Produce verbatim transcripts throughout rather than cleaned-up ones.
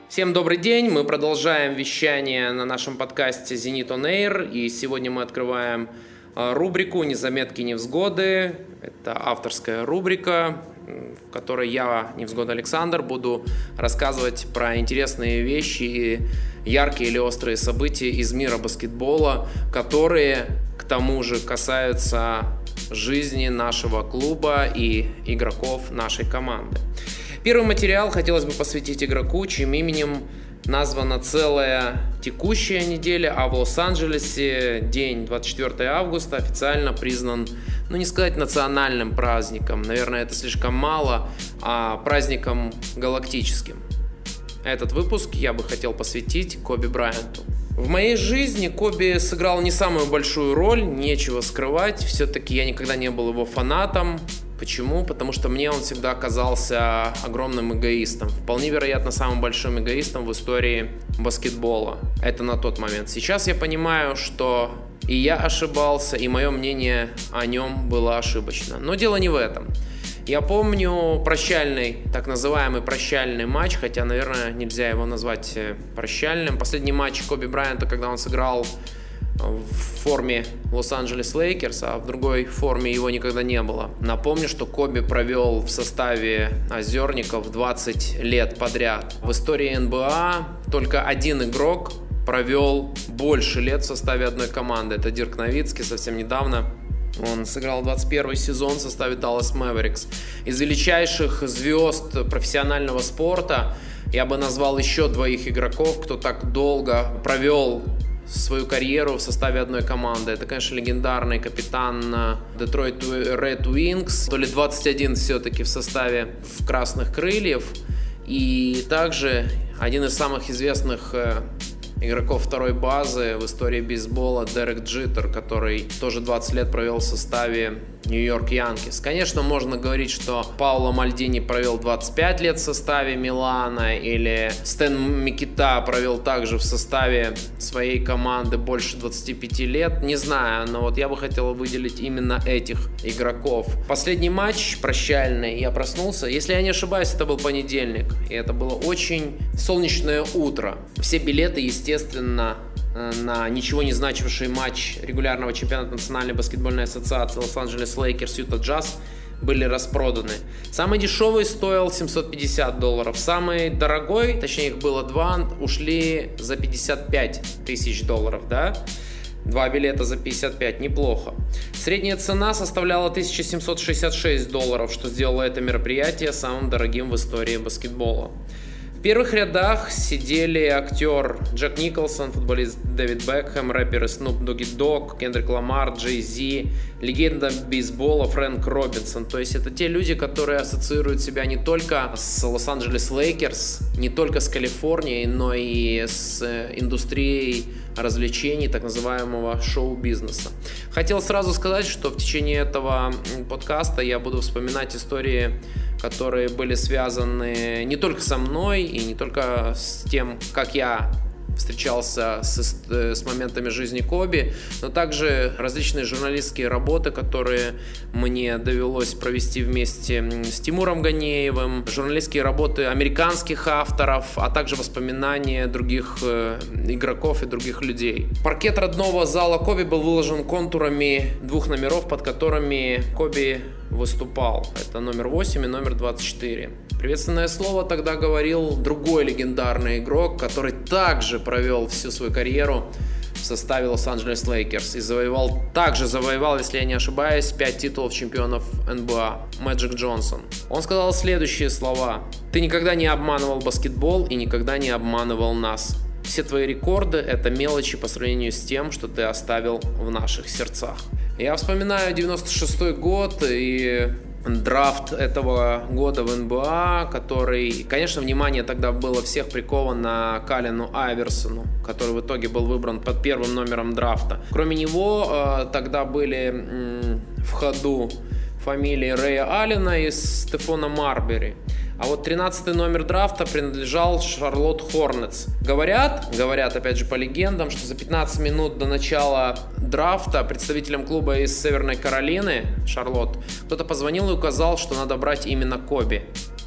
Всем добрый день, мы продолжаем вещание на нашем подкасте «Зенит On Air», и сегодня мы открываем рубрику «Незаметки невзгоды». Это авторская рубрика, в которой я, Невзгода Александр, буду рассказывать про интересные вещи и яркие или острые события из мира баскетбола, которые, к тому же, касаются жизни нашего клуба и игроков нашей команды. Первый материал хотелось бы посвятить игроку, чьим именем названа целая текущая неделя, а в Лос-Анджелесе день двадцать четвёртого августа официально признан, ну не сказать национальным праздником, наверное, это слишком мало, а праздником галактическим. Этот выпуск я бы хотел посвятить Коби Брайанту. В моей жизни Коби сыграл не самую большую роль, нечего скрывать, все-таки я никогда не был его фанатом. Почему? Потому что мне он всегда казался огромным эгоистом. Вполне вероятно, самым большим эгоистом в истории баскетбола. Это на тот момент. Сейчас я понимаю, что и я ошибался, и мое мнение о нем было ошибочно. Но дело не в этом. Я помню прощальный, так называемый прощальный матч, хотя, наверное, нельзя его назвать прощальным. Последний матч Коби Брайанта, когда он сыграл в форме Лос-Анджелес Лейкерс, а в другой форме его никогда не было. Напомню, что Коби провел в составе Озерников двадцать лет подряд. В истории эн бэ а только один игрок провел больше лет в составе одной команды. Это Дирк Новицкий, совсем недавно. Он сыграл двадцать первый сезон в составе Dallas Mavericks. Из величайших звезд профессионального спорта я бы назвал еще двоих игроков, кто так долго провел свою карьеру в составе одной команды. Это, конечно, легендарный капитан Detroit Red Wings, то ли двадцать один все-таки в составе Красных Крыльев, и также один из самых известных игроков второй базы в истории бейсбола Дерек Джиттер, который тоже двадцать лет провел в составе Нью-Йорк Янкис. Конечно, можно говорить, что Паоло Мальдини провел двадцать пять лет в составе Милана, или Стэн Микита провел также в составе своей команды больше двадцати пяти лет. Не знаю, но вот я бы хотел выделить именно этих игроков. Последний матч прощальный, я проснулся, если я не ошибаюсь, это был понедельник, и это было очень солнечное утро. Все билеты, естественно, на ничего не значивший матч регулярного чемпионата Национальной баскетбольной ассоциации Лос-Анджелес Лейкерс Юта Джаз были распроданы. Самый дешевый стоил семьсот пятьдесят долларов, самый дорогой, точнее их было два, ушли за пятьдесят пять тысяч долларов, да? Два билета за пятьдесят пять, неплохо. Средняя цена составляла тысяча семьсот шестьдесят шесть долларов, что сделало это мероприятие самым дорогим в истории баскетбола. В первых рядах сидели актер Джек Николсон, футболист Дэвид Бекхэм, рэперы Snoop Doggy Dogg, Кендрик Ламар, Джей Зи, легенда бейсбола Фрэнк Робинсон. То есть это те люди, которые ассоциируют себя не только с Лос-Анджелес Лейкерс, не только с Калифорнией, но и с индустрией развлечений, так называемого шоу-бизнеса. Хотел сразу сказать, что в течение этого подкаста я буду вспоминать истории, которые были связаны не только со мной и не только с тем, как я встречался с, с моментами жизни Коби, но также различные журналистские работы, которые мне довелось провести вместе с Тимуром Ганеевым, журналистские работы американских авторов, а также воспоминания других э, игроков и других людей. Паркет родного зала Коби был выложен контурами двух номеров, под которыми Коби выступал. Это номер восемь и номер двадцать четыре. Приветственное слово тогда говорил другой легендарный игрок, который также провел всю свою карьеру в составе Лос-Анджелес Лейкерс и завоевал, также завоевал, если я не ошибаюсь, пять титулов чемпионов эн бэ а. Мэджик Джонсон. Он сказал следующие слова: «Ты никогда не обманывал баскетбол и никогда не обманывал нас. Все твои рекорды — это мелочи по сравнению с тем, что ты оставил в наших сердцах». Я вспоминаю девяносто шестой год и драфт этого года в эн бэ а, который, конечно, внимание тогда было всех приковано к Аллену Айверсону, который в итоге был выбран под первым номером драфта. Кроме него тогда были в ходу фамилии Рэя Аллена и Стефона Марбери. А вот тринадцатый номер драфта принадлежал Шарлотт Хорнетс. Говорят, говорят опять же по легендам, что за пятнадцать минут до начала драфта представителям клуба из Северной Каролины, Шарлотт, кто-то позвонил и указал, что надо брать именно Коби.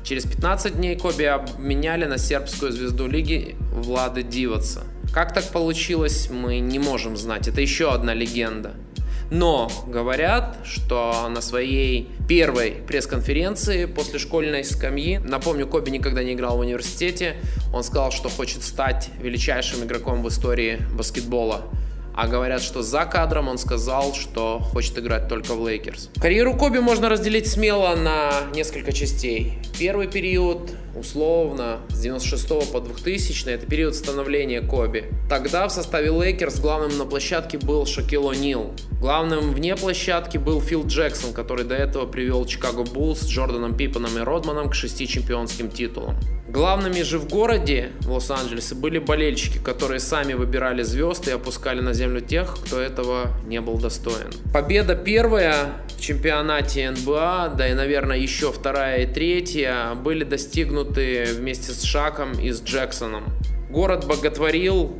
Через пятнадцать дней Коби обменяли на сербскую звезду лиги Влада Диваца. Как так получилось, мы не можем знать. Это еще одна легенда. Но говорят, что на своей первой пресс-конференции после школьной скамьи, напомню, Коби никогда не играл в университете, он сказал, что хочет стать величайшим игроком в истории баскетбола. А говорят, что за кадром он сказал, что хочет играть только в Лейкерс. Карьеру Коби можно разделить смело на несколько частей. Первый период, условно, с девяносто шестого по двухтысячный, это период становления Коби. Тогда в составе Лейкерс главным на площадке был Шакил О'Нил. Главным вне площадки был Фил Джексон, который до этого привел Чикаго Буллс с Джорданом Пиппеном и Родманом к шести чемпионским титулам. Главными же в городе, в Лос-Анджелесе, были болельщики, которые сами выбирали звезд и опускали на землю тех, кто этого не был достоин. Победа первая в чемпионате эн бэ а, да и, наверное, еще вторая и третья, были достигнуты вместе с Шаком и с Джексоном. Город боготворил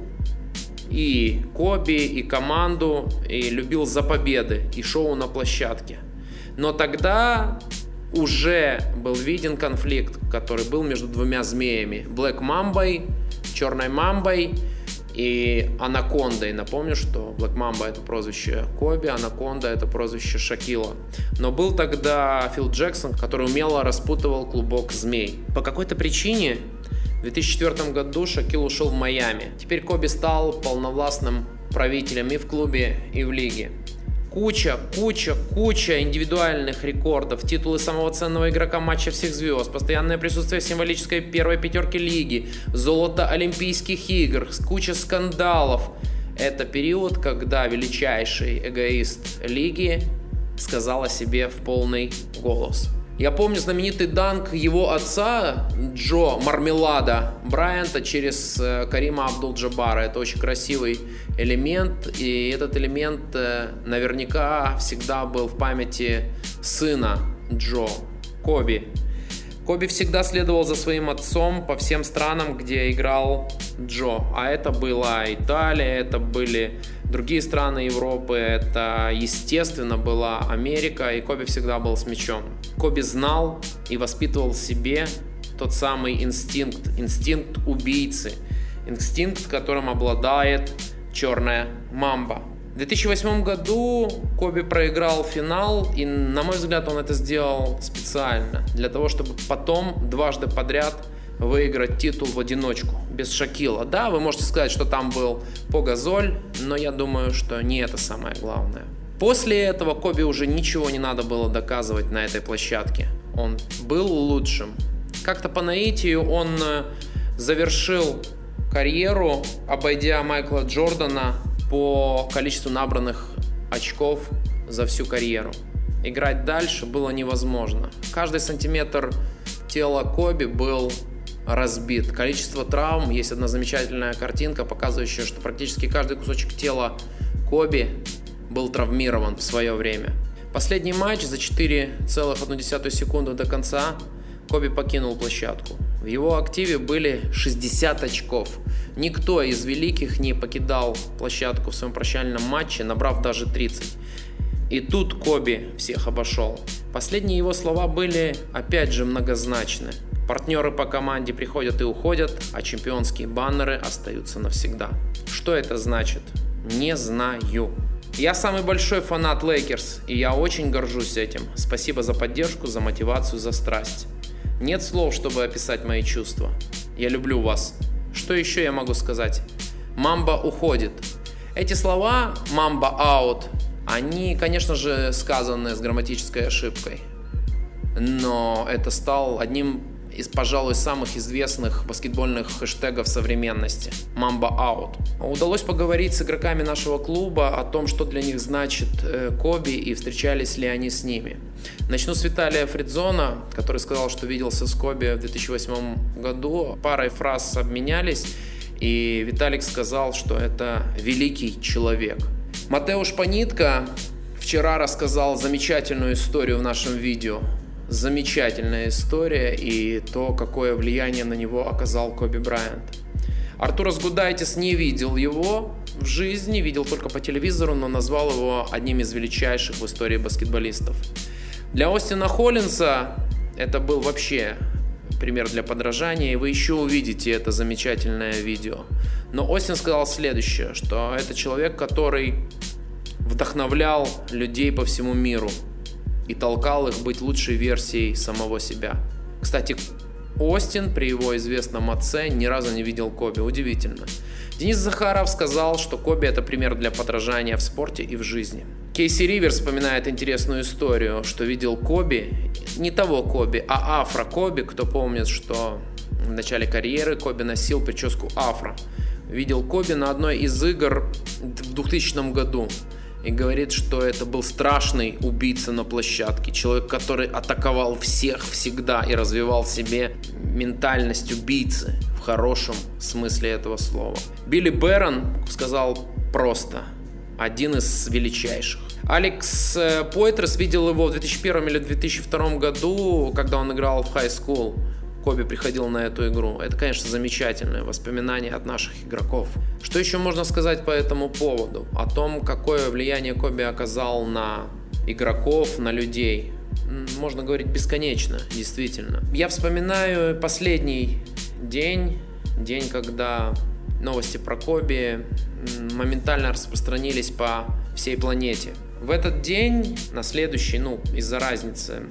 и Коби, и команду, и любил за победы, и шоу на площадке. Но тогда уже был виден конфликт, который был между двумя змеями. Блэк Мамбой, Черной Мамбой и Анакондой. Напомню, что Блэк Мамба — это прозвище Коби, Анаконда — это прозвище Шакила. Но был тогда Фил Джексон, который умело распутывал клубок змей. По какой-то причине в две тысячи четвёртом году Шакил ушел в Майами. Теперь Коби стал полновластным правителем и в клубе, и в лиге. Куча, куча, куча индивидуальных рекордов, титулы самого ценного игрока матча всех звезд, постоянное присутствие в символической первой пятерке лиги, золото Олимпийских игр, куча скандалов. Это период, когда величайший эгоист лиги сказал о себе в полный голос. Я помню знаменитый данк его отца Джо Мармелада Брайанта через Карима Абдул-Джаббара. Это очень красивый элемент, и этот элемент наверняка всегда был в памяти сына Джо, Коби. Коби всегда следовал за своим отцом по всем странам, где играл Джо. А это была Италия, это были другие страны Европы, это, естественно, была Америка, и Коби всегда был с мячом. Коби знал и воспитывал в себе тот самый инстинкт, инстинкт убийцы, инстинкт, которым обладает Черная Мамба. В две тысячи восьмом году Коби проиграл финал, и, на мой взгляд, он это сделал специально, для того, чтобы потом дважды подряд выиграть титул в одиночку, без Шакила. Да, вы можете сказать, что там был Погазоль, но я думаю, что не это самое главное. После этого Коби уже ничего не надо было доказывать на этой площадке. Он был лучшим. Как-то по наитию он завершил карьеру, обойдя Майкла Джордана по количеству набранных очков за всю карьеру. Играть дальше было невозможно. Каждый сантиметр тела Коби был разбит. Количество травм, есть одна замечательная картинка, показывающая, что практически каждый кусочек тела Коби был травмирован в свое время. Последний матч за четыре целых одну десятую секунды до конца Коби покинул площадку. В его активе были шестьдесят очков. Никто из великих не покидал площадку в своем прощальном матче, набрав даже тридцать. И тут Коби всех обошел. Последние его слова были, опять же, многозначны. Партнеры по команде приходят и уходят, а чемпионские баннеры остаются навсегда. Что это значит? Не знаю. Я самый большой фанат Лейкерс, и я очень горжусь этим. Спасибо за поддержку, за мотивацию, за страсть. Нет слов, чтобы описать мои чувства. Я люблю вас. Что еще я могу сказать? Мамба уходит. Эти слова «Мамба out», они, конечно же, сказаны с грамматической ошибкой. Но это стал одним из, пожалуй, самых известных баскетбольных хэштегов современности. Mamba out. Удалось поговорить с игроками нашего клуба о том, что для них значит э, Коби и встречались ли они с ними. Начну с Виталия Фридзона, который сказал, что виделся с Коби в две тысячи восьмом году. Парой фраз обменялись, и Виталик сказал, что это великий человек. Матеуш Панитко вчера рассказал замечательную историю в нашем видео. Замечательная история и то, какое влияние на него оказал Коби Брайант. Артурас Гудайтис не видел его в жизни, видел только по телевизору, но назвал его одним из величайших в истории баскетболистов. Для Остина Холлинса это был вообще пример для подражания, и вы еще увидите это замечательное видео. Но Остин сказал следующее, что это человек, который вдохновлял людей по всему миру и толкал их быть лучшей версией самого себя. Кстати, Остин при его известном отце ни разу не видел Коби. Удивительно. Денис Захаров сказал, что Коби – это пример для подражания в спорте и в жизни. Кейси Риверс вспоминает интересную историю, что видел Коби, не того Коби, а афро-Коби. Кто помнит, что в начале карьеры Коби носил прическу афро. Видел Коби на одной из игр в двухтысячном году. И говорит, что это был страшный убийца на площадке. Человек, который атаковал всех всегда и развивал в себе ментальность убийцы в хорошем смысле этого слова. Билли Бэрон сказал просто: один из величайших. Алекс Пойтрес видел его в две тысячи первом или две тысячи втором году, когда он играл в High School. Коби приходил на эту игру. Это, конечно, замечательное воспоминание от наших игроков. Что еще можно сказать по этому поводу? О том, какое влияние Коби оказал на игроков, на людей. Можно говорить бесконечно, действительно. Я вспоминаю последний день, день, когда новости про Коби моментально распространились по всей планете. В этот день, на следующий, ну, из-за разницы,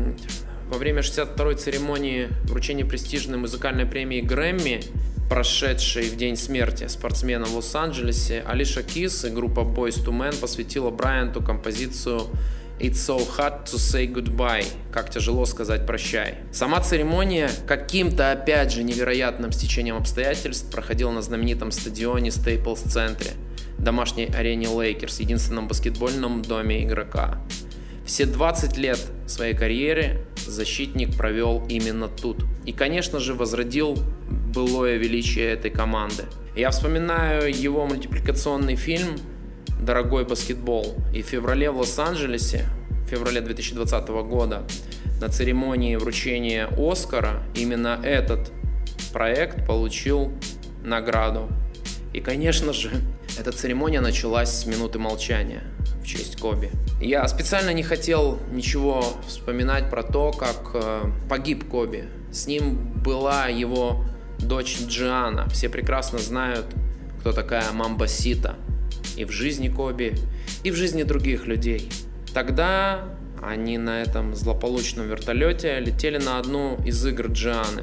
во время шестьдесят второй церемонии вручения престижной музыкальной премии Грэмми, прошедшей в день смерти спортсмена в Лос-Анджелесе, Алиша Кис и группа Boyz two Men посвятила Брайанту композицию «It's so hard to say goodbye», как тяжело сказать прощай. Сама церемония каким-то, опять же, невероятным стечением обстоятельств проходила на знаменитом стадионе Стейплс-центре, домашней арене Лейкерс, единственном баскетбольном доме игрока. Все двадцать лет своей карьеры защитник провел именно тут. И, конечно же, возродил былое величие этой команды. Я вспоминаю его мультипликационный фильм «Дорогой баскетбол». И в феврале в Лос-Анджелесе, в феврале две тысячи двадцатого года, на церемонии вручения Оскара именно этот проект получил награду. И, конечно же, эта церемония началась с минуты молчания в честь Коби. Я специально не хотел ничего вспоминать про то, как э, погиб Коби. С ним была его дочь Джианна. Все прекрасно знают, кто такая Мамбасита. И в жизни Коби, и в жизни других людей. Тогда они на этом злополучном вертолете летели на одну из игр Джианны.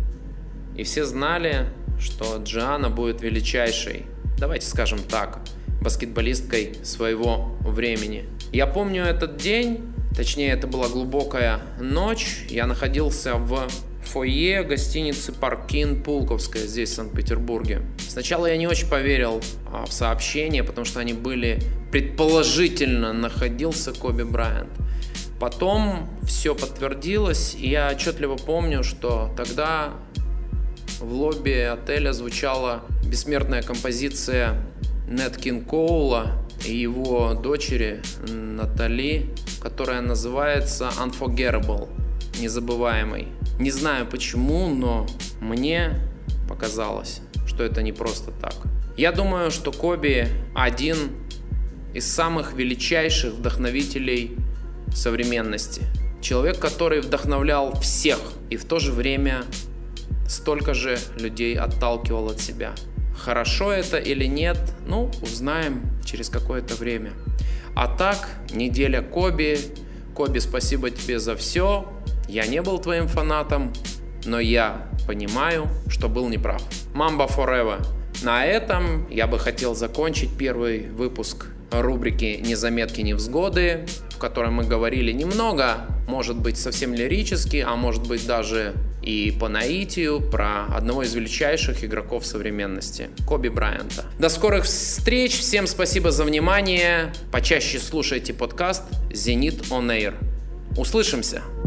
И все знали, что Джианна будет величайшей, давайте скажем так, баскетболисткой своего времени. Я помню этот день, точнее, это была глубокая ночь. Я находился в фойе гостиницы Парк Inn Пулковская здесь, в Санкт-Петербурге. Сначала я не очень поверил а, в сообщения, потому что они были, предположительно, находился Коби Брайант. Потом все подтвердилось, и я отчетливо помню, что тогда в лобби отеля звучала бессмертная композиция Нэт Кинг Коула и его дочери Натали, которая называется Unforgettable, незабываемый. Не знаю почему, но мне показалось, что это не просто так. Я думаю, что Коби один из самых величайших вдохновителей современности. Человек, который вдохновлял всех и в то же время столько же людей отталкивал от себя. Хорошо это или нет, ну, узнаем через какое-то время. А так, неделя Коби. Коби, спасибо тебе за все. Я не был твоим фанатом, но я понимаю, что был неправ. Mamba Forever. На этом я бы хотел закончить первый выпуск рубрики «Незаметки, невзгоды», в которой мы говорили немного, может быть, совсем лирически, а может быть даже и по наитию, про одного из величайших игроков современности, Коби Брайанта. До скорых встреч, всем спасибо за внимание, почаще слушайте подкаст «Zenit On Air». Услышимся!